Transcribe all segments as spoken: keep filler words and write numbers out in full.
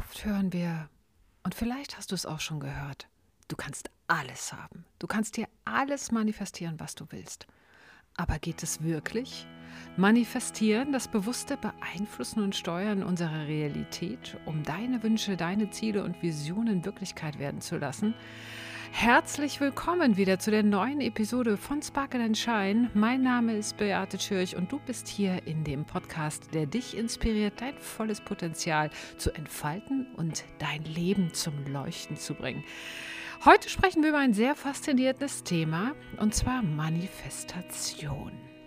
Oft hören wir, und vielleicht hast du es auch schon gehört, du kannst alles haben. Du kannst dir alles manifestieren, was du willst. Aber geht es wirklich? Manifestieren, das bewusste Beeinflussen und Steuern unserer Realität, um deine Wünsche, deine Ziele und Visionen Wirklichkeit werden zu lassen? Herzlich willkommen wieder zu der neuen Episode von Sparkle and Shine. Mein Name ist Beate Schürch und du bist hier in dem Podcast, der dich inspiriert, dein volles Potenzial zu entfalten und dein Leben zum Leuchten zu bringen. Heute sprechen wir über ein sehr faszinierendes Thema, und zwar Manifestation.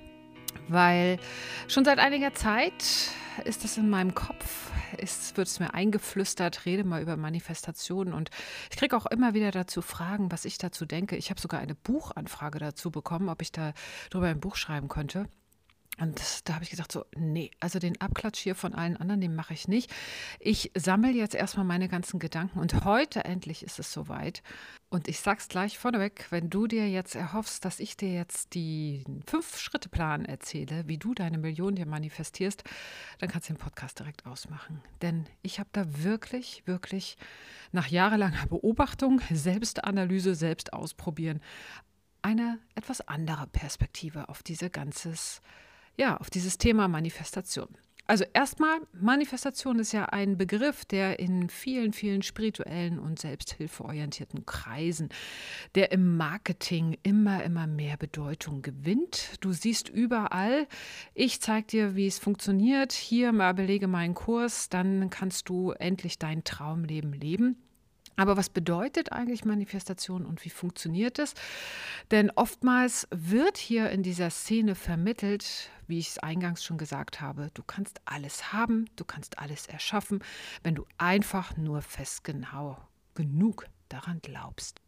Weil schon seit einiger Zeit ist das in meinem Kopf, ist, wird es mir eingeflüstert, rede mal über Manifestation, und ich kriege auch immer wieder dazu Fragen, was ich dazu denke. Ich habe sogar eine Buchanfrage dazu bekommen, ob ich da drüber ein Buch schreiben könnte. Und das, da habe ich gesagt, so, nee, also den Abklatsch hier von allen anderen, den mache ich nicht. Ich sammle jetzt erstmal meine ganzen Gedanken und heute endlich ist es soweit. Und ich sag's gleich vorneweg, wenn du dir jetzt erhoffst, dass ich dir jetzt den Fünf-Schritte-Plan erzähle, wie du deine Million dir manifestierst, dann kannst du den Podcast direkt ausmachen. Denn ich habe da wirklich, wirklich nach jahrelanger Beobachtung, Selbstanalyse, selbst ausprobieren, eine etwas andere Perspektive auf diese ganzes Ja, auf dieses Thema Manifestation. Also erstmal, Manifestation ist ja ein Begriff, der in vielen, vielen spirituellen und selbsthilfeorientierten Kreisen, der im Marketing immer, immer mehr Bedeutung gewinnt. Du siehst überall, ich zeige dir, wie es funktioniert, hier mal belege meinen Kurs, dann kannst du endlich dein Traumleben leben. Aber was bedeutet eigentlich Manifestation und wie funktioniert es? Denn oftmals wird hier in dieser Szene vermittelt, wie ich es eingangs schon gesagt habe, du kannst alles haben, du kannst alles erschaffen, wenn du einfach nur fest genau genug daran glaubst.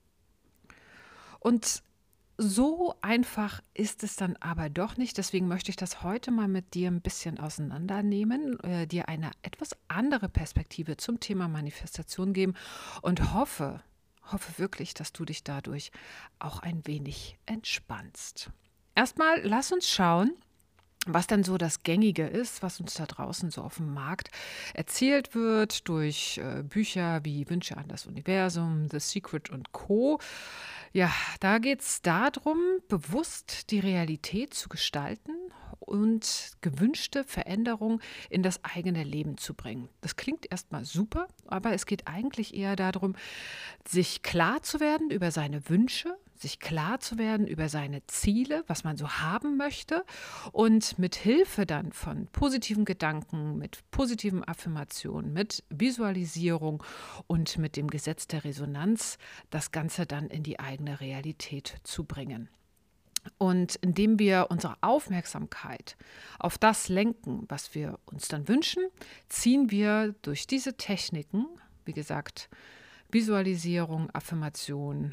Und so einfach ist es dann aber doch nicht. Deswegen möchte ich das heute mal mit dir ein bisschen auseinandernehmen, äh, dir eine etwas andere Perspektive zum Thema Manifestation geben und hoffe, hoffe wirklich, dass du dich dadurch auch ein wenig entspannst. Erstmal lass uns schauen, was denn so das Gängige ist, was uns da draußen so auf dem Markt erzählt wird durch äh, Bücher wie Wünsche an das Universum, The Secret und Co. Ja, da geht es darum, bewusst die Realität zu gestalten und gewünschte Veränderungen in das eigene Leben zu bringen. Das klingt erstmal super, aber es geht eigentlich eher darum, sich klar zu werden über seine Wünsche, sich klar zu werden über seine Ziele, was man so haben möchte, und mit Hilfe dann von positiven Gedanken, mit positiven Affirmationen, mit Visualisierung und mit dem Gesetz der Resonanz das Ganze dann in die eigene Realität zu bringen. Und indem wir unsere Aufmerksamkeit auf das lenken, was wir uns dann wünschen, ziehen wir durch diese Techniken, wie gesagt, Visualisierung, Affirmation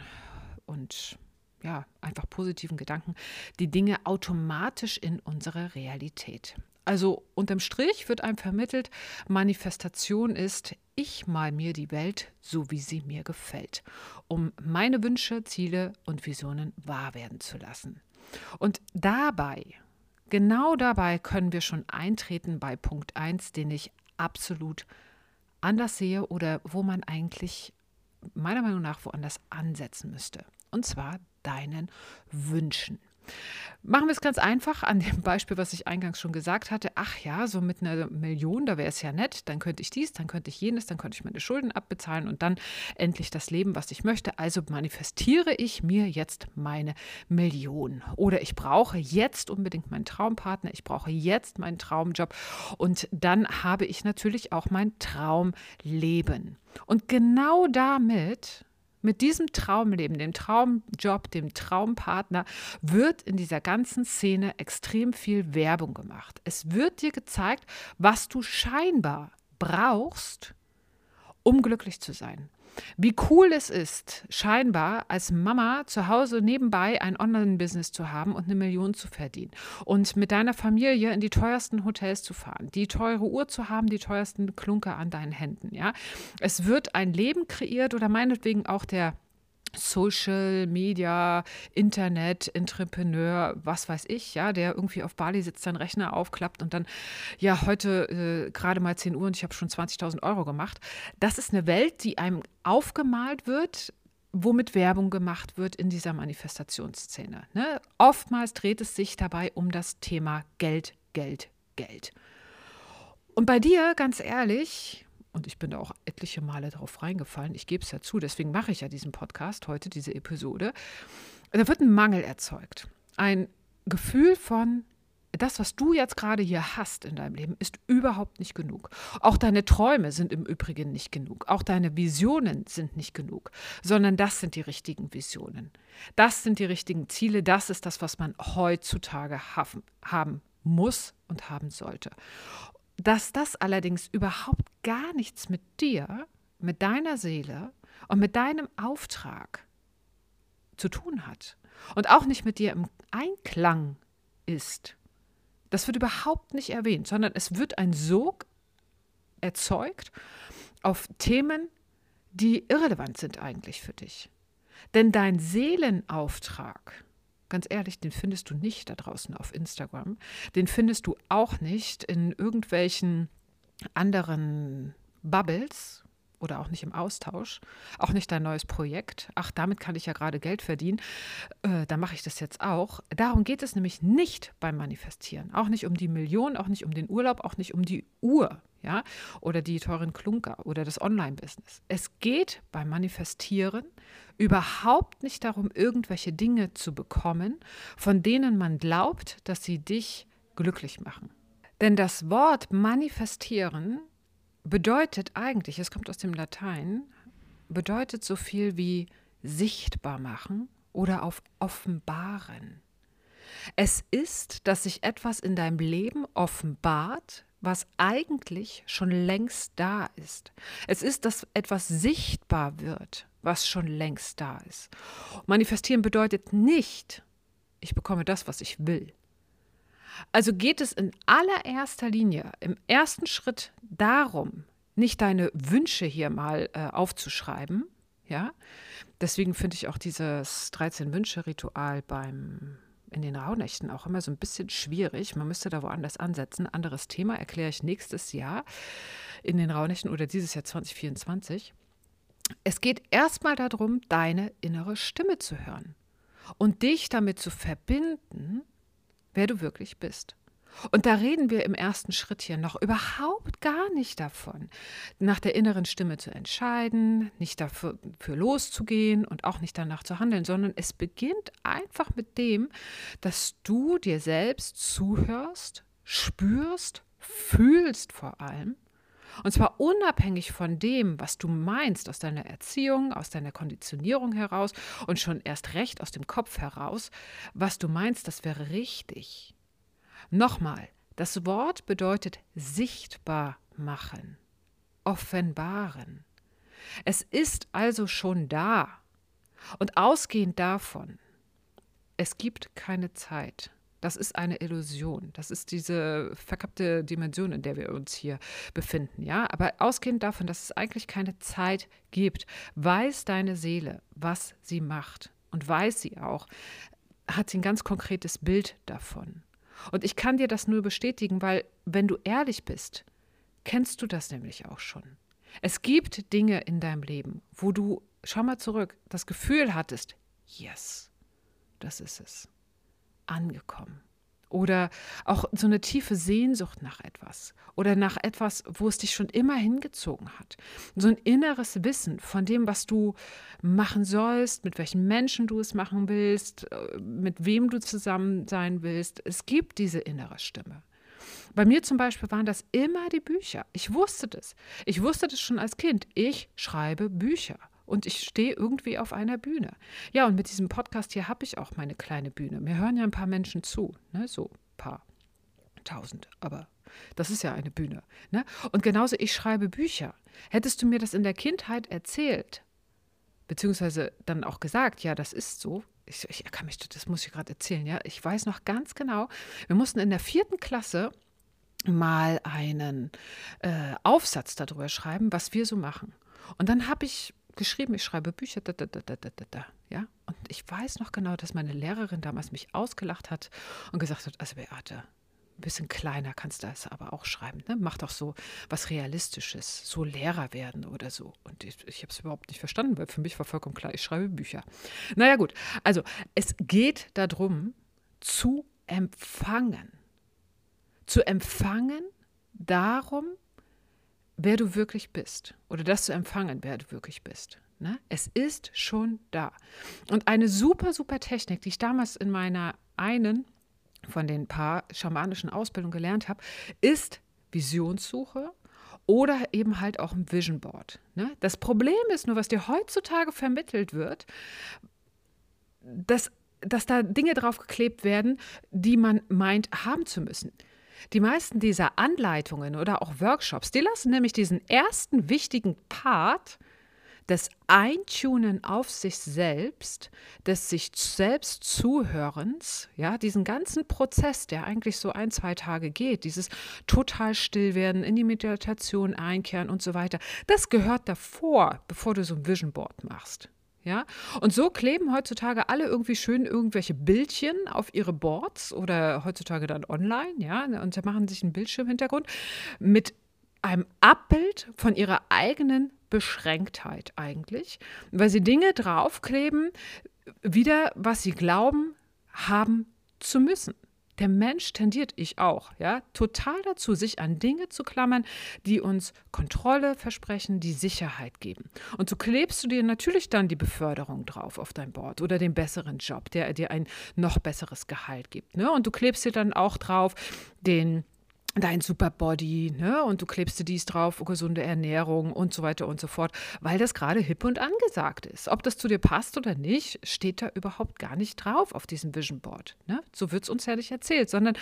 und ja, einfach positiven Gedanken, die Dinge automatisch in unsere Realität. Also unterm Strich wird einem vermittelt, Manifestation ist, ich mal mir die Welt so, wie sie mir gefällt, um meine Wünsche, Ziele und Visionen wahr werden zu lassen. Und dabei, genau dabei können wir schon eintreten bei Punkt eins, den ich absolut anders sehe oder wo man eigentlich meiner Meinung nach woanders ansetzen müsste. Und zwar deinen Wünschen. Machen wir es ganz einfach an dem Beispiel, was ich eingangs schon gesagt hatte. Ach ja, so mit einer Million, da wäre es ja nett. Dann könnte ich dies, dann könnte ich jenes, dann könnte ich meine Schulden abbezahlen und dann endlich das Leben, was ich möchte. Also manifestiere ich mir jetzt meine Million. Oder ich brauche jetzt unbedingt meinen Traumpartner, ich brauche jetzt meinen Traumjob und dann habe ich natürlich auch mein Traumleben. Und genau damit, mit diesem Traumleben, dem Traumjob, dem Traumpartner, wird in dieser ganzen Szene extrem viel Werbung gemacht. Es wird dir gezeigt, was du scheinbar brauchst, um glücklich zu sein. Wie cool es ist, scheinbar als Mama zu Hause nebenbei ein Online-Business zu haben und eine Million zu verdienen und mit deiner Familie in die teuersten Hotels zu fahren, die teure Uhr zu haben, die teuersten Klunker an deinen Händen. Ja? Es wird ein Leben kreiert oder meinetwegen auch der Social Media, Internet, Entrepreneur, was weiß ich, ja, der irgendwie auf Bali sitzt, seinen Rechner aufklappt und dann, ja, heute äh, gerade mal zehn Uhr und ich habe schon zwanzigtausend Euro gemacht. Das ist eine Welt, die einem aufgemalt wird, womit Werbung gemacht wird in dieser Manifestationsszene. Ne? Oftmals dreht es sich dabei um das Thema Geld, Geld, Geld. Und bei dir, ganz ehrlich, und ich bin da auch etliche Male drauf reingefallen, ich gebe es ja zu, deswegen mache ich ja diesen Podcast heute, diese Episode, da wird ein Mangel erzeugt. Ein Gefühl von, das, was du jetzt gerade hier hast in deinem Leben, ist überhaupt nicht genug. Auch deine Träume sind im Übrigen nicht genug. Auch deine Visionen sind nicht genug, sondern das sind die richtigen Visionen. Das sind die richtigen Ziele. Das ist das, was man heutzutage haben, haben muss und haben sollte. Dass das allerdings überhaupt gar nichts mit dir, mit deiner Seele und mit deinem Auftrag zu tun hat und auch nicht mit dir im Einklang ist, das wird überhaupt nicht erwähnt, sondern es wird ein Sog erzeugt auf Themen, die irrelevant sind eigentlich für dich. Denn dein Seelenauftrag, ganz ehrlich, den findest du nicht da draußen auf Instagram. Den findest du auch nicht in irgendwelchen anderen Bubbles oder auch nicht im Austausch. Auch nicht dein neues Projekt. Ach, damit kann ich ja gerade Geld verdienen. Äh, dann mache ich das jetzt auch. Darum geht es nämlich nicht beim Manifestieren. Auch nicht um die Million, auch nicht um den Urlaub, auch nicht um die Uhr, ja, oder die teuren Klunker oder das Online-Business. Es geht beim Manifestieren überhaupt nicht darum, irgendwelche Dinge zu bekommen, von denen man glaubt, dass sie dich glücklich machen. Denn das Wort manifestieren bedeutet eigentlich, es kommt aus dem Latein, bedeutet so viel wie sichtbar machen oder auf offenbaren. Es ist, dass sich etwas in deinem Leben offenbart, was eigentlich schon längst da ist. Es ist, dass etwas sichtbar wird, was schon längst da ist. Manifestieren bedeutet nicht, ich bekomme das, was ich will. Also geht es in allererster Linie, im ersten Schritt darum, nicht deine Wünsche hier mal äh, aufzuschreiben. Ja? Deswegen finde ich auch dieses dreizehn-Wünsche-Ritual beim in den Rauhnächten auch immer so ein bisschen schwierig. Man müsste da woanders ansetzen. Anderes Thema erkläre ich nächstes Jahr in den Rauhnächten oder dieses Jahr zwanzig vierundzwanzig. Es geht erstmal darum, deine innere Stimme zu hören und dich damit zu verbinden, wer du wirklich bist. Und da reden wir im ersten Schritt hier noch überhaupt gar nicht davon, nach der inneren Stimme zu entscheiden, nicht dafür für loszugehen und auch nicht danach zu handeln, sondern es beginnt einfach mit dem, dass du dir selbst zuhörst, spürst, fühlst vor allem. Und zwar unabhängig von dem, was du meinst aus deiner Erziehung, aus deiner Konditionierung heraus und schon erst recht aus dem Kopf heraus, was du meinst, das wäre richtig. Nochmal, das Wort bedeutet sichtbar machen, offenbaren. Es ist also schon da. Und ausgehend davon, es gibt keine Zeit. Das ist eine Illusion. Das ist diese verkappte Dimension, in der wir uns hier befinden. Ja? Aber ausgehend davon, dass es eigentlich keine Zeit gibt, weiß deine Seele, was sie macht. Und weiß sie auch, hat sie ein ganz konkretes Bild davon. Und ich kann dir das nur bestätigen, weil wenn du ehrlich bist, kennst du das nämlich auch schon. Es gibt Dinge in deinem Leben, wo du, schau mal zurück, das Gefühl hattest, yes, das ist es, angekommen. Oder auch so eine tiefe Sehnsucht nach etwas oder nach etwas, wo es dich schon immer hingezogen hat. So ein inneres Wissen von dem, was du machen sollst, mit welchen Menschen du es machen willst, mit wem du zusammen sein willst. Es gibt diese innere Stimme. Bei mir zum Beispiel waren das immer die Bücher. Ich wusste das. Ich wusste das schon als Kind. Ich schreibe Bücher. Und ich stehe irgendwie auf einer Bühne. Ja, und mit diesem Podcast hier habe ich auch meine kleine Bühne. Mir hören ja ein paar Menschen zu, ne? So ein paar tausend, aber das ist ja eine Bühne. Ne? Und genauso, ich schreibe Bücher. Hättest du mir das in der Kindheit erzählt, beziehungsweise dann auch gesagt, ja, das ist so, ich, ich kann mich, das muss ich gerade erzählen, ja, ich weiß noch ganz genau, wir mussten in der vierten Klasse mal einen äh, Aufsatz darüber schreiben, was wir so machen. Und dann habe ich geschrieben, ich schreibe Bücher, da, da, da, da, da, da, da, ja. Und ich weiß noch genau, dass meine Lehrerin damals mich ausgelacht hat und gesagt hat, also Beate, ein bisschen kleiner kannst du das aber auch schreiben. Ne? Mach doch so was Realistisches, so Lehrer werden oder so. Und ich, ich habe es überhaupt nicht verstanden, weil für mich war vollkommen klar, ich schreibe Bücher. Naja gut, also es geht darum, zu empfangen. Zu empfangen darum, wer du wirklich bist. Oder das zu empfangen, wer du wirklich bist. Ne? Es ist schon da. Und eine super, super Technik, die ich damals in meiner einen von den paar schamanischen Ausbildungen gelernt habe, ist Visionssuche oder eben halt auch ein Vision Board. Ne? Das Problem ist nur, was dir heutzutage vermittelt wird, dass, dass da Dinge drauf geklebt werden, die man meint haben zu müssen. Die meisten dieser Anleitungen oder auch Workshops, die lassen nämlich diesen ersten wichtigen Part des Eintunen auf sich selbst, des sich selbst Zuhörens, ja, diesen ganzen Prozess, der eigentlich so ein, zwei Tage geht, dieses total Stillwerden, in die Meditation einkehren und so weiter, das gehört davor, bevor du so ein Vision Board machst. Ja? Und so kleben heutzutage alle irgendwie schön irgendwelche Bildchen auf ihre Boards oder heutzutage dann online, ja, und machen sich einen Bildschirmhintergrund mit einem Abbild von ihrer eigenen Beschränktheit eigentlich, weil sie Dinge draufkleben, wieder, was sie glauben, haben zu müssen. Der Mensch tendiert, ich auch, ja, total dazu, sich an Dinge zu klammern, die uns Kontrolle versprechen, die Sicherheit geben. Und so klebst du dir natürlich dann die Beförderung drauf auf dein Board oder den besseren Job, der dir ein noch besseres Gehalt gibt. Ne? Und du klebst dir dann auch drauf den dein Superbody, ne? Und du klebst dir dies drauf, gesunde Ernährung und so weiter und so fort, weil das gerade hip und angesagt ist. Ob das zu dir passt oder nicht, steht da überhaupt gar nicht drauf auf diesem Vision Board. Ne? So wird es uns ja nicht erzählt, sondern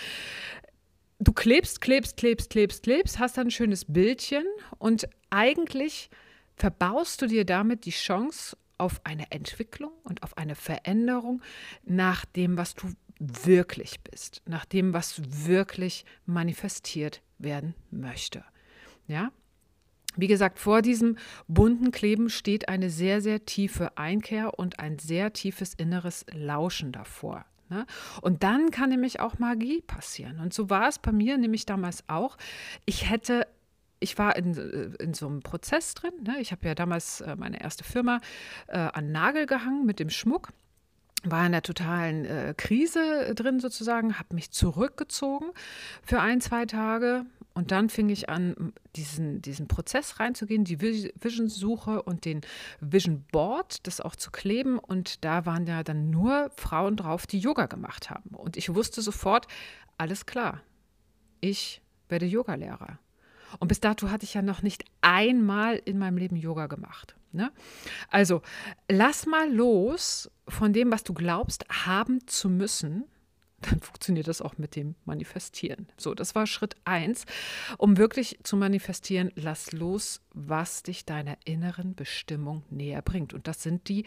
du klebst, klebst, klebst, klebst, klebst, hast dann ein schönes Bildchen und eigentlich verbaust du dir damit die Chance auf eine Entwicklung und auf eine Veränderung nach dem, was du wirklich bist, nach dem, was wirklich manifestiert werden möchte. Ja? Wie gesagt, vor diesem bunten Kleben steht eine sehr, sehr tiefe Einkehr und ein sehr tiefes inneres Lauschen davor. Ne? Und dann kann nämlich auch Magie passieren. Und so war es bei mir nämlich damals auch. Ich hätte Ich war in, in so einem Prozess drin. Ne? Ich habe ja damals äh, meine erste Firma äh, an den Nagel gehangen mit dem Schmuck. War in der totalen äh, Krise drin sozusagen, habe mich zurückgezogen für ein, zwei Tage und dann fing ich an, diesen, diesen Prozess reinzugehen, die Vision-Suche und den Vision Board, das auch zu kleben und da waren ja dann nur Frauen drauf, die Yoga gemacht haben und ich wusste sofort, alles klar, ich werde Yogalehrer. Und bis dato hatte ich ja noch nicht einmal in meinem Leben Yoga gemacht. Ne? Also lass mal los von dem, was du glaubst, haben zu müssen. Dann funktioniert das auch mit dem Manifestieren. So, das war Schritt eins. Um wirklich zu manifestieren, lass los, was dich deiner inneren Bestimmung näher bringt. Und das sind die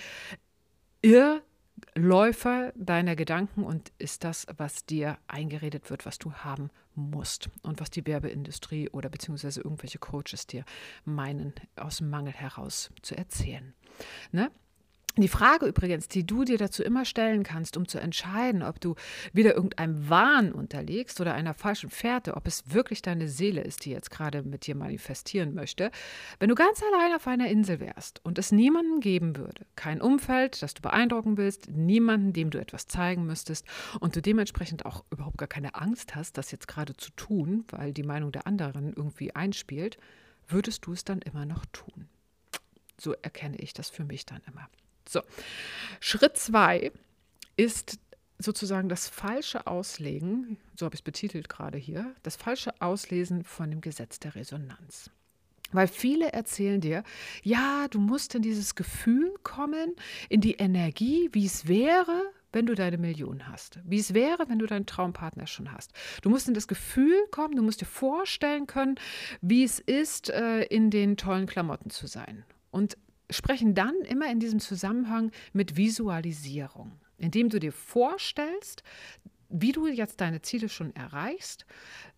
Irrläufer deiner Gedanken und ist das, was dir eingeredet wird, was du haben musst und was die Werbeindustrie oder beziehungsweise irgendwelche Coaches dir meinen, aus dem Mangel heraus zu erzählen. Ne? Die Frage übrigens, die du dir dazu immer stellen kannst, um zu entscheiden, ob du wieder irgendeinem Wahn unterlegst oder einer falschen Fährte, ob es wirklich deine Seele ist, die jetzt gerade mit dir manifestieren möchte, wenn du ganz allein auf einer Insel wärst und es niemanden geben würde, kein Umfeld, das du beeindrucken willst, niemanden, dem du etwas zeigen müsstest und du dementsprechend auch überhaupt gar keine Angst hast, das jetzt gerade zu tun, weil die Meinung der anderen irgendwie einspielt, würdest du es dann immer noch tun. So erkenne ich das für mich dann immer. So, Schritt zwei ist sozusagen das falsche Auslegen, so habe ich es betitelt gerade hier, das falsche Auslesen von dem Gesetz der Resonanz. Weil viele erzählen dir, ja, du musst in dieses Gefühl kommen, in die Energie, wie es wäre, wenn du deine Million hast. Wie es wäre, wenn du deinen Traumpartner schon hast. Du musst in das Gefühl kommen, du musst dir vorstellen können, wie es ist, in den tollen Klamotten zu sein. Und sprechen dann immer in diesem Zusammenhang mit Visualisierung, indem du dir vorstellst, wie du jetzt deine Ziele schon erreichst,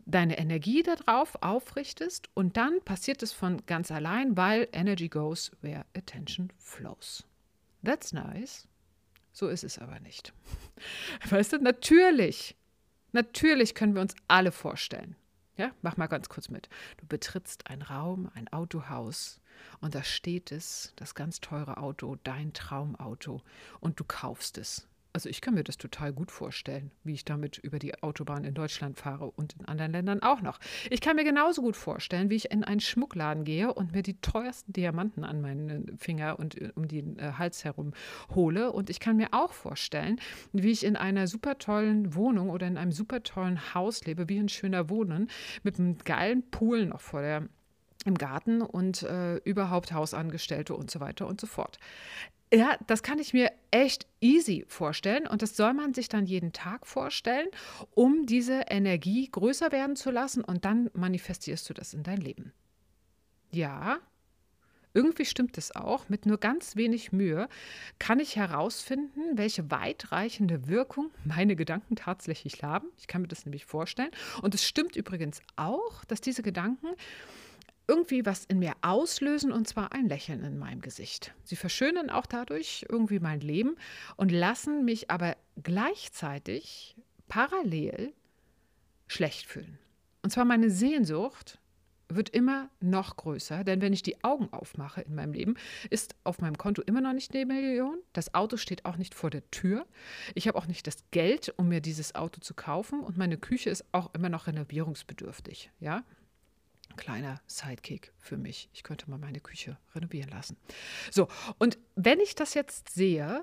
deine Energie darauf aufrichtest und dann passiert es von ganz allein, weil Energy goes where attention flows. That's nice. So ist es aber nicht. Weißt du, natürlich, natürlich können wir uns alle vorstellen. Ja, mach mal ganz kurz mit. Du betrittst einen Raum, ein Autohaus und da steht es, das ganz teure Auto, dein Traumauto und du kaufst es. Also ich kann mir das total gut vorstellen, wie ich damit über die Autobahn in Deutschland fahre und in anderen Ländern auch noch. Ich kann mir genauso gut vorstellen, wie ich in einen Schmuckladen gehe und mir die teuersten Diamanten an meinen Finger und um den äh, Hals herum hole. Und ich kann mir auch vorstellen, wie ich in einer super tollen Wohnung oder in einem super tollen Haus lebe, wie ein schöner Wohnen, mit einem geilen Pool noch vor der, im Garten und äh, überhaupt Hausangestellte und so weiter und so fort. Ja, das kann ich mir echt easy vorstellen und das soll man sich dann jeden Tag vorstellen, um diese Energie größer werden zu lassen und dann manifestierst du das in dein Leben. Ja, irgendwie stimmt es auch. Mit nur ganz wenig Mühe kann ich herausfinden, welche weitreichende Wirkung meine Gedanken tatsächlich haben. Ich kann mir das nämlich vorstellen. Und es stimmt übrigens auch, dass diese Gedanken irgendwie was in mir auslösen, und zwar ein Lächeln in meinem Gesicht. Sie verschönern auch dadurch irgendwie mein Leben und lassen mich aber gleichzeitig parallel schlecht fühlen. Und zwar meine Sehnsucht wird immer noch größer, denn wenn ich die Augen aufmache in meinem Leben, ist auf meinem Konto immer noch nicht eine Million. Das Auto steht auch nicht vor der Tür. Ich habe auch nicht das Geld, um mir dieses Auto zu kaufen und meine Küche ist auch immer noch renovierungsbedürftig, ja. Kleiner Sidekick für mich. Ich könnte mal meine Küche renovieren lassen. So, und wenn ich das jetzt sehe,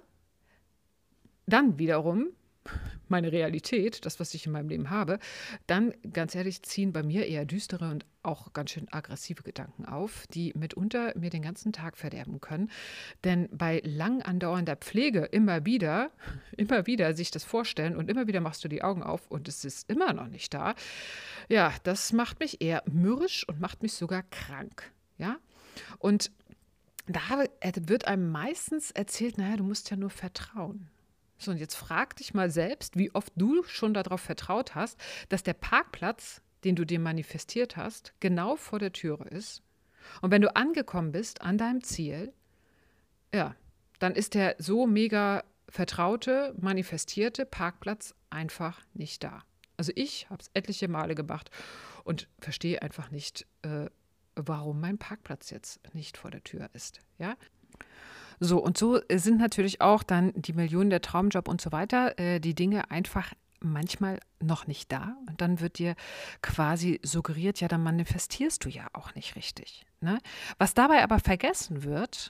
dann wiederum meine Realität, das, was ich in meinem Leben habe, dann, ganz ehrlich, ziehen bei mir eher düstere und auch ganz schön aggressive Gedanken auf, die mitunter mir den ganzen Tag verderben können. Denn bei lang andauernder Pflege immer wieder, immer wieder sich das vorstellen und immer wieder machst du die Augen auf und es ist immer noch nicht da, ja, das macht mich eher mürrisch und macht mich sogar krank. Ja? Und da wird einem meistens erzählt, naja, du musst ja nur vertrauen. So, und jetzt frag dich mal selbst, wie oft du schon darauf vertraut hast, dass der Parkplatz, den du dir manifestiert hast, genau vor der Türe ist. Und wenn du angekommen bist an deinem Ziel, ja, dann ist der so mega vertraute, manifestierte Parkplatz einfach nicht da. Also ich habe es etliche Male gemacht und verstehe einfach nicht, äh, warum mein Parkplatz jetzt nicht vor der Tür ist. Ja? So, und so sind natürlich auch dann die Millionen, der Traumjob und so weiter, äh, die Dinge einfach manchmal noch nicht da. Und dann wird dir quasi suggeriert, ja, dann manifestierst du ja auch nicht richtig. Ne? Was dabei aber vergessen wird,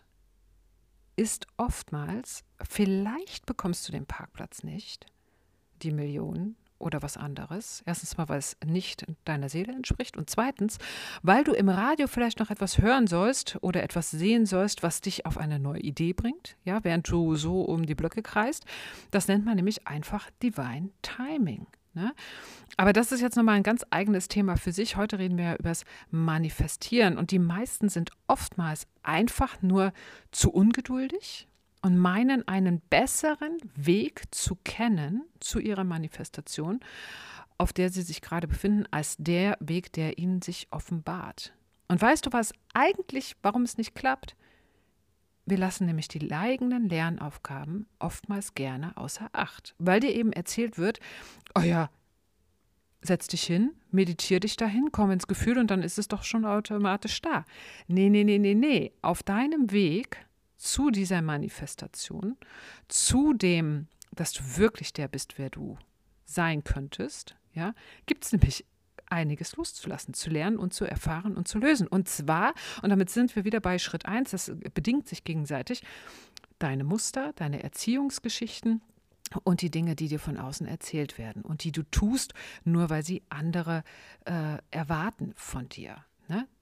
ist oftmals, vielleicht bekommst du den Parkplatz nicht, die Millionen oder was anderes. Erstens mal, weil es nicht deiner Seele entspricht und zweitens, weil du im Radio vielleicht noch etwas hören sollst oder etwas sehen sollst, was dich auf eine neue Idee bringt, ja, während du so um die Blöcke kreist. Das nennt man nämlich einfach Divine Timing. Ne? Aber das ist jetzt nochmal ein ganz eigenes Thema für sich. Heute reden wir ja über das Manifestieren und die meisten sind oftmals einfach nur zu ungeduldig und meinen, einen besseren Weg zu kennen zu ihrer Manifestation, auf der sie sich gerade befinden, als der Weg, der ihnen sich offenbart. Und weißt du was eigentlich, warum es nicht klappt? Wir lassen nämlich die eigenen Lernaufgaben oftmals gerne außer Acht, weil dir eben erzählt wird, oh ja, setz dich hin, meditier dich dahin, komm ins Gefühl und dann ist es doch schon automatisch da. Nee, nee, nee, nee, nee. Auf deinem Weg zu dieser Manifestation, zu dem, dass du wirklich der bist, wer du sein könntest, ja, gibt es nämlich einiges loszulassen, zu lernen und zu erfahren und zu lösen. Und zwar, und damit sind wir wieder bei Schritt eins, das bedingt sich gegenseitig, deine Muster, deine Erziehungsgeschichten und die Dinge, die dir von außen erzählt werden und die du tust, nur weil sie andere äh, erwarten von dir. Ne?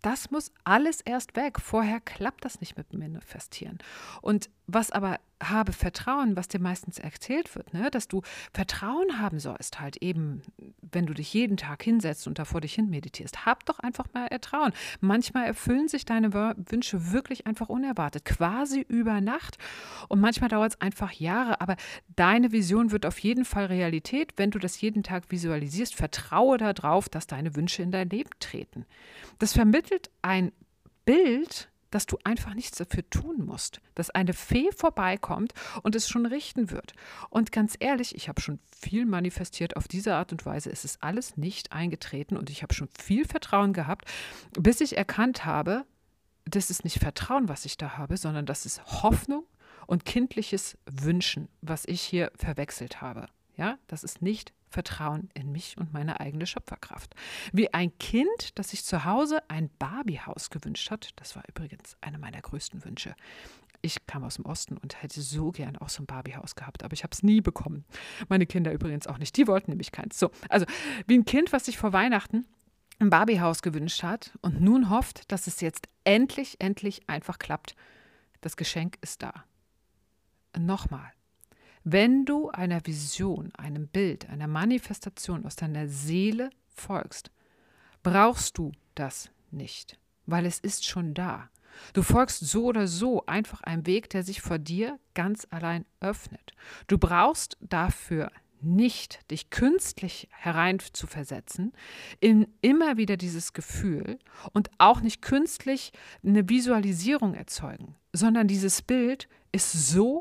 Das muss alles erst weg. Vorher klappt das nicht mit dem Manifestieren. Und was aber habe Vertrauen, was dir meistens erzählt wird, ne? Dass du Vertrauen haben sollst, halt eben, wenn du dich jeden Tag hinsetzt und da vor dich hin meditierst. Hab doch einfach mal Vertrauen. Manchmal erfüllen sich deine Wünsche wirklich einfach unerwartet, quasi über Nacht. Und manchmal dauert es einfach Jahre. Aber deine Vision wird auf jeden Fall Realität, wenn du das jeden Tag visualisierst. Vertraue darauf, dass deine Wünsche in dein Leben treten. Das vermittelt ein Bild, dass du einfach nichts dafür tun musst, dass eine Fee vorbeikommt und es schon richten wird. Und ganz ehrlich, ich habe schon viel manifestiert auf diese Art und Weise. Es ist alles nicht eingetreten und ich habe schon viel Vertrauen gehabt, bis ich erkannt habe, das ist nicht Vertrauen, was ich da habe, sondern das ist Hoffnung und kindliches Wünschen, was ich hier verwechselt habe. Ja, das ist nicht Vertrauen in mich und meine eigene Schöpferkraft. Wie ein Kind, das sich zu Hause ein Barbiehaus gewünscht hat. Das war übrigens einer meiner größten Wünsche. Ich kam aus dem Osten und hätte so gern auch so ein Barbiehaus gehabt, aber ich habe es nie bekommen. Meine Kinder übrigens auch nicht. Die wollten nämlich keins. So, also wie ein Kind, was sich vor Weihnachten ein Barbiehaus gewünscht hat und nun hofft, dass es jetzt endlich, endlich einfach klappt. Das Geschenk ist da. Nochmal. Wenn du einer Vision, einem Bild, einer Manifestation aus deiner Seele folgst, brauchst du das nicht, weil es ist schon da. Du folgst so oder so einfach einem Weg, der sich vor dir ganz allein öffnet. Du brauchst dafür nicht, dich künstlich herein zu versetzen in immer wieder dieses Gefühl und auch nicht künstlich eine Visualisierung erzeugen, sondern dieses Bild ist so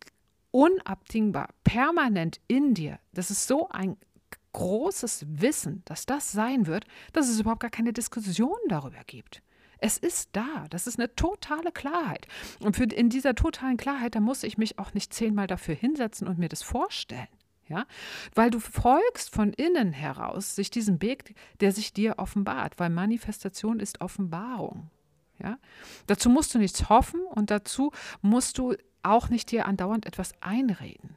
unabdingbar, permanent in dir. Das ist so ein großes Wissen, dass das sein wird, dass es überhaupt gar keine Diskussion darüber gibt. Es ist da. Das ist eine totale Klarheit. Und für, in dieser totalen Klarheit, da muss ich mich auch nicht zehnmal dafür hinsetzen und mir das vorstellen. Ja? Weil du folgst von innen heraus sich diesem Weg, der sich dir offenbart. Weil Manifestation ist Offenbarung. Ja? Dazu musst du nichts hoffen und dazu musst du auch nicht dir andauernd etwas einreden.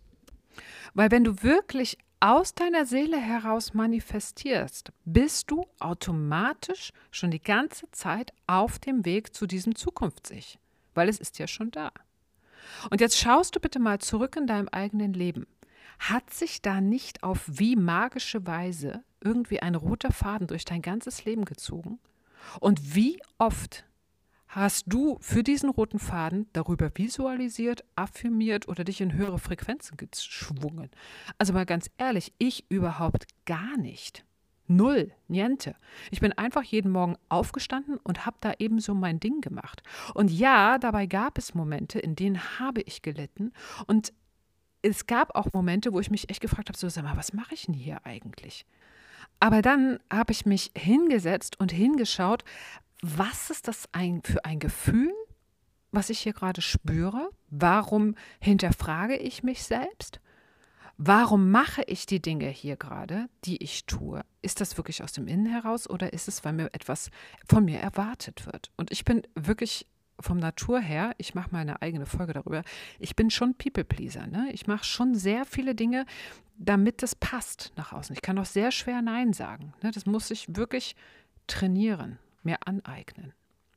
Weil wenn du wirklich aus deiner Seele heraus manifestierst, bist du automatisch schon die ganze Zeit auf dem Weg zu diesem Zukunfts-Ich. Weil es ist ja schon da. Und jetzt schaust du bitte mal zurück in deinem eigenen Leben. Hat sich da nicht auf wie magische Weise irgendwie ein roter Faden durch dein ganzes Leben gezogen? Und wie oft hast du für diesen roten Faden darüber visualisiert, affirmiert oder dich in höhere Frequenzen geschwungen? Also mal ganz ehrlich, ich überhaupt gar nicht. Null, niente. Ich bin einfach jeden Morgen aufgestanden und habe da eben so mein Ding gemacht. Und ja, dabei gab es Momente, in denen habe ich gelitten. Und es gab auch Momente, wo ich mich echt gefragt habe, so sag mal, was mache ich denn hier eigentlich? Aber dann habe ich mich hingesetzt und hingeschaut, was ist das ein, für ein Gefühl, was ich hier gerade spüre? Warum hinterfrage ich mich selbst? Warum mache ich die Dinge hier gerade, die ich tue? Ist das wirklich aus dem Innen heraus oder ist es, weil mir etwas von mir erwartet wird? Und ich bin wirklich vom Natur her, ich mache mal eine eigene Folge darüber, ich bin schon People-Pleaser. Ne? Ich mache schon sehr viele Dinge, damit das passt nach außen. Ich kann auch sehr schwer Nein sagen. Ne? Das muss ich wirklich trainieren, mir aneignen.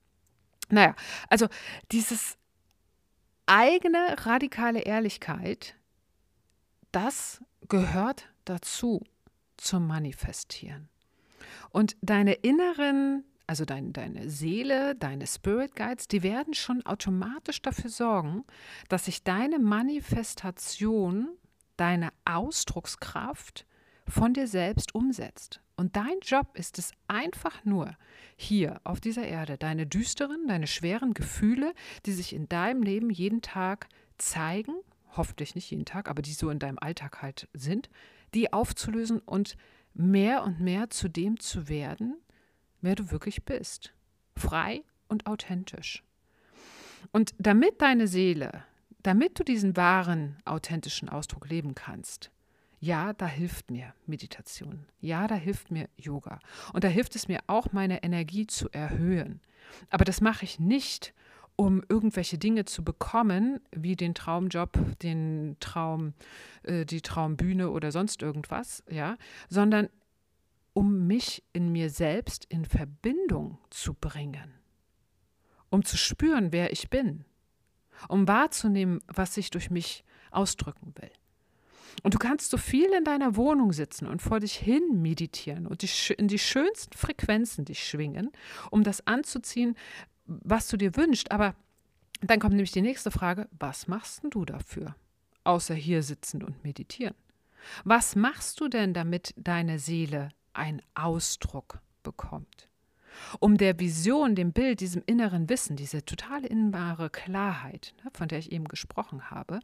Naja, also dieses eigene radikale Ehrlichkeit, das gehört dazu, zum Manifestieren. Und deine inneren, also dein, deine Seele, deine Spirit Guides, die werden schon automatisch dafür sorgen, dass sich deine Manifestation, deine Ausdruckskraft von dir selbst umsetzt. Und dein Job ist es einfach nur, hier auf dieser Erde deine düsteren, deine schweren Gefühle, die sich in deinem Leben jeden Tag zeigen, hoffentlich nicht jeden Tag, aber die so in deinem Alltag halt sind, die aufzulösen und mehr und mehr zu dem zu werden, wer du wirklich bist. Frei und authentisch. Und damit deine Seele, damit du diesen wahren, authentischen Ausdruck leben kannst, ja, da hilft mir Meditation. Ja, da hilft mir Yoga. Und da hilft es mir auch, meine Energie zu erhöhen. Aber das mache ich nicht, um irgendwelche Dinge zu bekommen, wie den Traumjob, den Traum, äh, die Traumbühne oder sonst irgendwas, ja, sondern um mich in mir selbst in Verbindung zu bringen, um zu spüren, wer ich bin, um wahrzunehmen, was sich durch mich ausdrücken will. Und du kannst so viel in deiner Wohnung sitzen und vor dich hin meditieren und die, in die schönsten Frequenzen dich schwingen, um das anzuziehen, was du dir wünschst. Aber dann kommt nämlich die nächste Frage, was machst denn du dafür, außer hier sitzen und meditieren? Was machst du denn, damit deine Seele einen Ausdruck bekommt? Um der Vision, dem Bild, diesem inneren Wissen, diese totale innere Klarheit, von der ich eben gesprochen habe,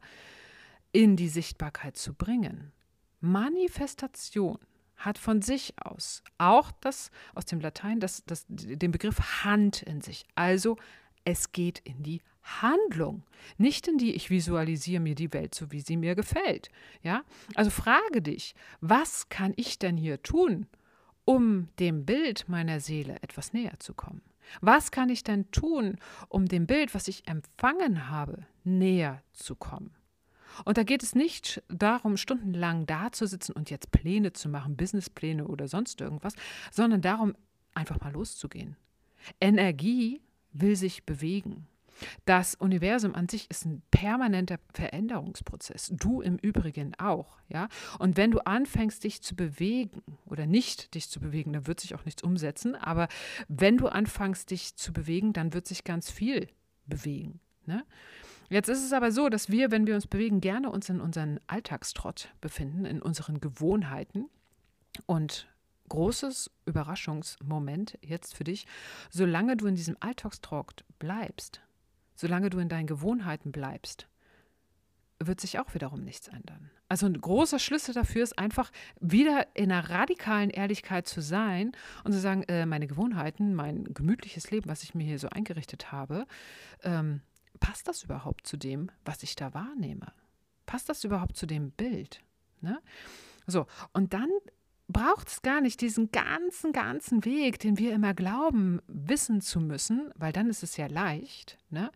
in die Sichtbarkeit zu bringen. Manifestation hat von sich aus auch das aus dem Latein das, das, den Begriff Hand in sich. Also es geht in die Handlung, nicht in die, ich visualisiere mir die Welt so, wie sie mir gefällt. Ja? Also frage dich, was kann ich denn hier tun, um dem Bild meiner Seele etwas näher zu kommen? Was kann ich denn tun, um dem Bild, was ich empfangen habe, näher zu kommen? Und da geht es nicht darum, stundenlang da zu sitzen und jetzt Pläne zu machen, Businesspläne oder sonst irgendwas, sondern darum, einfach mal loszugehen. Energie will sich bewegen. Das Universum an sich ist ein permanenter Veränderungsprozess. Du im Übrigen auch, ja. Und wenn du anfängst, dich zu bewegen oder nicht dich zu bewegen, dann wird sich auch nichts umsetzen. Aber wenn du anfängst, dich zu bewegen, dann wird sich ganz viel bewegen, ne? Jetzt ist es aber so, dass wir, wenn wir uns bewegen, gerne uns in unseren Alltagstrott befinden, in unseren Gewohnheiten. Und großes Überraschungsmoment jetzt für dich, solange du in diesem Alltagstrott bleibst, solange du in deinen Gewohnheiten bleibst, wird sich auch wiederum nichts ändern. Also ein großer Schlüssel dafür ist einfach, wieder in einer radikalen Ehrlichkeit zu sein und zu sagen, äh, meine Gewohnheiten, mein gemütliches Leben, was ich mir hier so eingerichtet habe, ähm, passt das überhaupt zu dem, was ich da wahrnehme? Passt das überhaupt zu dem Bild? Ne? So, und dann braucht es gar nicht diesen ganzen, ganzen Weg, den wir immer glauben, wissen zu müssen, weil dann ist es ja leicht. Ne?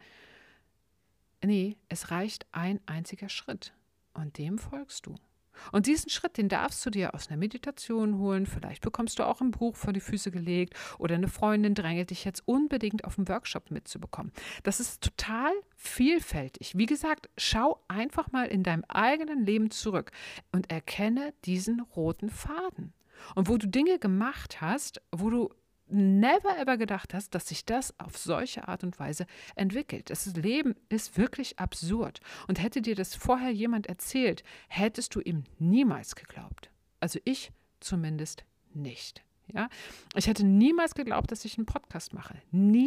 Nee, es reicht ein einziger Schritt und dem folgst du. Und diesen Schritt, den darfst du dir aus einer Meditation holen. Vielleicht bekommst du auch ein Buch vor die Füße gelegt oder eine Freundin drängelt dich jetzt unbedingt auf einen Workshop mitzubekommen. Das ist total vielfältig. Wie gesagt, schau einfach mal in deinem eigenen Leben zurück und erkenne diesen roten Faden. Und wo du Dinge gemacht hast, wo du never ever gedacht hast, dass sich das auf solche Art und Weise entwickelt. Das Leben ist wirklich absurd. Und hätte dir das vorher jemand erzählt, hättest du ihm niemals geglaubt. Also ich zumindest nicht. Ja? Ich hätte niemals geglaubt, dass ich einen Podcast mache.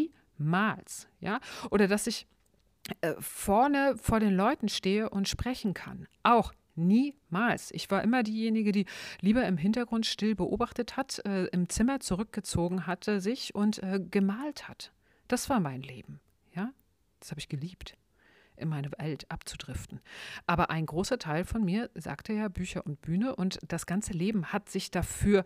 Niemals. Ja? Oder dass ich äh, vorne vor den Leuten stehe und sprechen kann. Auch niemals. Ich war immer diejenige, die lieber im Hintergrund still beobachtet hat, äh, im Zimmer zurückgezogen hatte sich und äh, gemalt hat. Das war mein Leben. Ja? Das habe ich geliebt, in meine Welt abzudriften. Aber ein großer Teil von mir sagte ja Bücher und Bühne und das ganze Leben hat sich dafür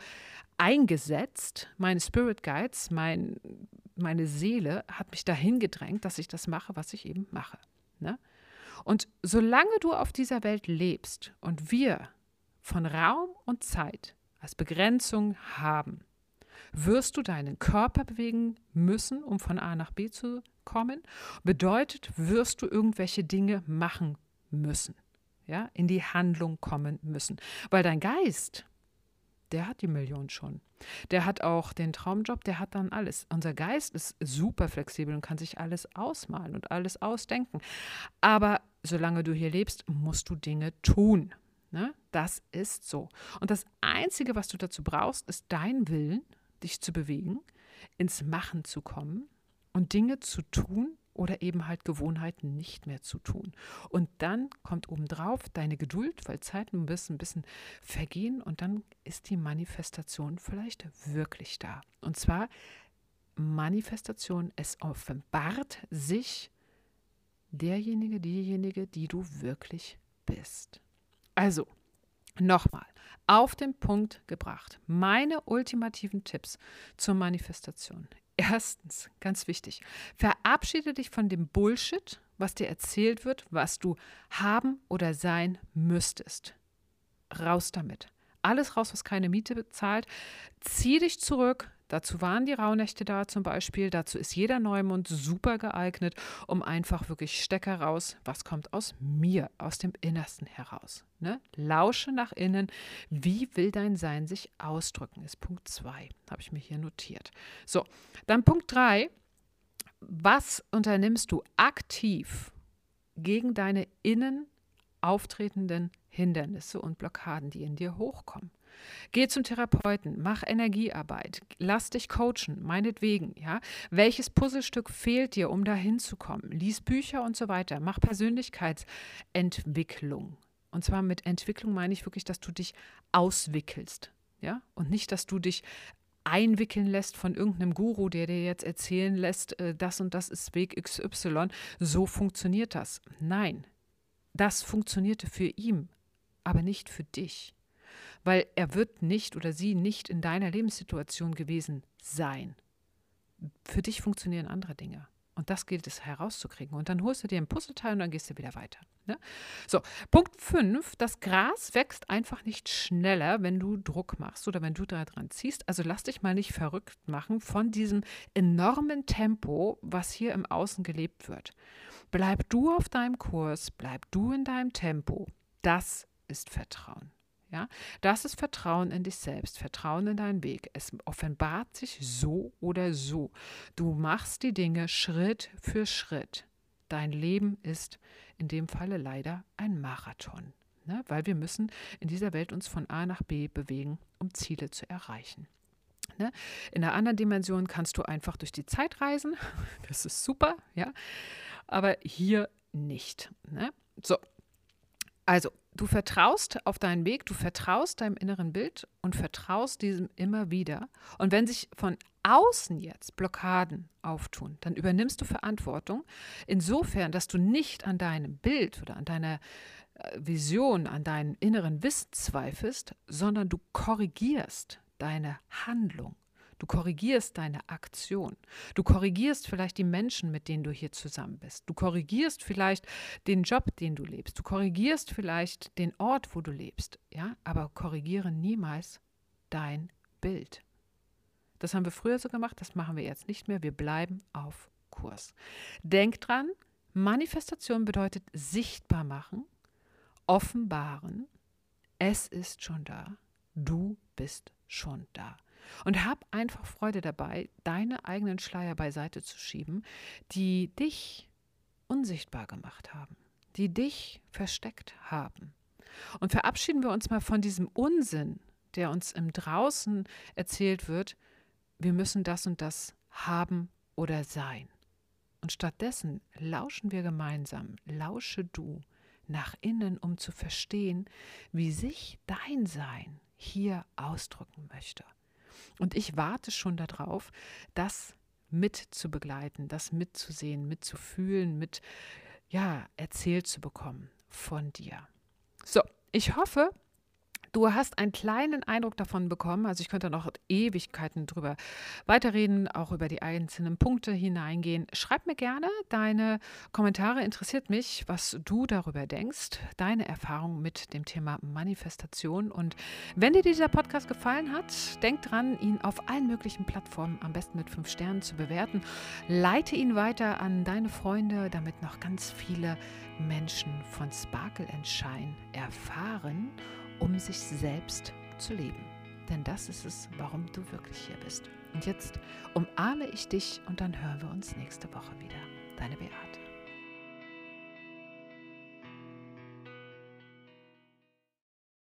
eingesetzt. Meine Spirit Guides, mein, meine Seele hat mich dahin gedrängt, dass ich das mache, was ich eben mache. Ne? Und solange du auf dieser Welt lebst und wir von Raum und Zeit als Begrenzung haben, wirst du deinen Körper bewegen müssen, um von A nach B zu kommen. Bedeutet, wirst du irgendwelche Dinge machen müssen, ja, in die Handlung kommen müssen. Weil dein Geist, der hat die Million schon. Der hat auch den Traumjob, der hat dann alles. Unser Geist ist super flexibel und kann sich alles ausmalen und alles ausdenken. Aber solange du hier lebst, musst du Dinge tun. Ne? Das ist so. Und das Einzige, was du dazu brauchst, ist dein Willen, dich zu bewegen, ins Machen zu kommen und Dinge zu tun oder eben halt Gewohnheiten nicht mehr zu tun. Und dann kommt obendrauf deine Geduld, weil Zeiten ein bisschen vergehen und dann ist die Manifestation vielleicht wirklich da. Und zwar Manifestation, es offenbart sich derjenige, diejenige, die du wirklich bist. Also, nochmal, auf den Punkt gebracht. Meine ultimativen Tipps zur Manifestation. Erstens, ganz wichtig, verabschiede dich von dem Bullshit, was dir erzählt wird, was du haben oder sein müsstest. Raus damit. alles raus, was keine Miete bezahlt. Zieh dich zurück. Dazu waren die Rauhnächte da zum Beispiel. Dazu ist jeder Neumond super geeignet, um einfach wirklich Stecker raus. Was kommt aus mir, aus dem Innersten heraus? Ne? Lausche nach innen. Wie will dein Sein sich ausdrücken? Ist Punkt zwei. Habe ich mir hier notiert. So, dann Punkt drei. Was unternimmst du aktiv gegen deine innen auftretenden Hindernisse und Blockaden, die in dir hochkommen? Geh zum Therapeuten, mach Energiearbeit, lass dich coachen, meinetwegen, ja. Welches Puzzlestück fehlt dir, um da hinzukommen? Lies Bücher und so weiter, mach Persönlichkeitsentwicklung. Und zwar mit Entwicklung meine ich wirklich, dass du dich auswickelst, ja, und nicht, dass du dich einwickeln lässt von irgendeinem Guru, der dir jetzt erzählen lässt, äh, das und das ist Weg X Y, so funktioniert das. Nein, das funktionierte für ihn, aber nicht für dich. Weil er wird nicht oder sie nicht in deiner Lebenssituation gewesen sein. Für dich funktionieren andere Dinge. Und das gilt es herauszukriegen. Und dann holst du dir ein Puzzleteil und dann gehst du wieder weiter. Ne? So, Punkt fünf. Das Gras wächst einfach nicht schneller, wenn du Druck machst oder wenn du da dran ziehst. Also lass dich mal nicht verrückt machen von diesem enormen Tempo, was hier im Außen gelebt wird. Bleib du auf deinem Kurs, bleib du in deinem Tempo. Das ist Vertrauen. Ja, das ist Vertrauen in dich selbst, Vertrauen in deinen Weg. Es offenbart sich so oder so. Du machst die Dinge Schritt für Schritt. Dein Leben ist in dem Falle leider ein Marathon, ne? Weil wir müssen in dieser Welt uns von A nach B bewegen, um Ziele zu erreichen. Ne? In einer anderen Dimension kannst du einfach durch die Zeit reisen. Das ist super, ja, aber hier nicht. Ne? So. Also, du vertraust auf deinen Weg, du vertraust deinem inneren Bild und vertraust diesem immer wieder. Und wenn sich von außen jetzt Blockaden auftun, dann übernimmst du Verantwortung insofern, dass du nicht an deinem Bild oder an deiner Vision, an deinem inneren Wissen zweifelst, sondern du korrigierst deine Handlung. Du korrigierst deine Aktion. Du korrigierst vielleicht die Menschen, mit denen du hier zusammen bist. Du korrigierst vielleicht den Job, den du lebst. Du korrigierst vielleicht den Ort, wo du lebst. Ja, aber korrigiere niemals dein Bild. Das haben wir früher so gemacht, das machen wir jetzt nicht mehr. Wir bleiben auf Kurs. Denk dran, Manifestation bedeutet sichtbar machen, offenbaren. Es ist schon da. Du bist schon da. Und hab einfach Freude dabei, deine eigenen Schleier beiseite zu schieben, die dich unsichtbar gemacht haben, die dich versteckt haben. Und verabschieden wir uns mal von diesem Unsinn, der uns im Draußen erzählt wird, wir müssen das und das haben oder sein. Und stattdessen lauschen wir gemeinsam, lausche du nach innen, um zu verstehen, wie sich dein Sein hier ausdrücken möchte. Und ich warte schon darauf, das mit zu begleiten, das mitzusehen, mitzufühlen, mit, ja, erzählt zu bekommen von dir. So, ich hoffe, du hast einen kleinen Eindruck davon bekommen. Also ich könnte noch Ewigkeiten drüber weiterreden, auch über die einzelnen Punkte hineingehen. Schreib mir gerne deine Kommentare. Interessiert mich, was du darüber denkst, deine Erfahrung mit dem Thema Manifestation. Und wenn dir dieser Podcast gefallen hat, denk dran, ihn auf allen möglichen Plattformen am besten mit fünf Sternen zu bewerten. Leite ihn weiter an deine Freunde, damit noch ganz viele Menschen von Sparkle and Shine erfahren, um sich selbst zu leben. Denn das ist es, warum du wirklich hier bist. Und jetzt umarme ich dich und dann hören wir uns nächste Woche wieder. Deine Beate.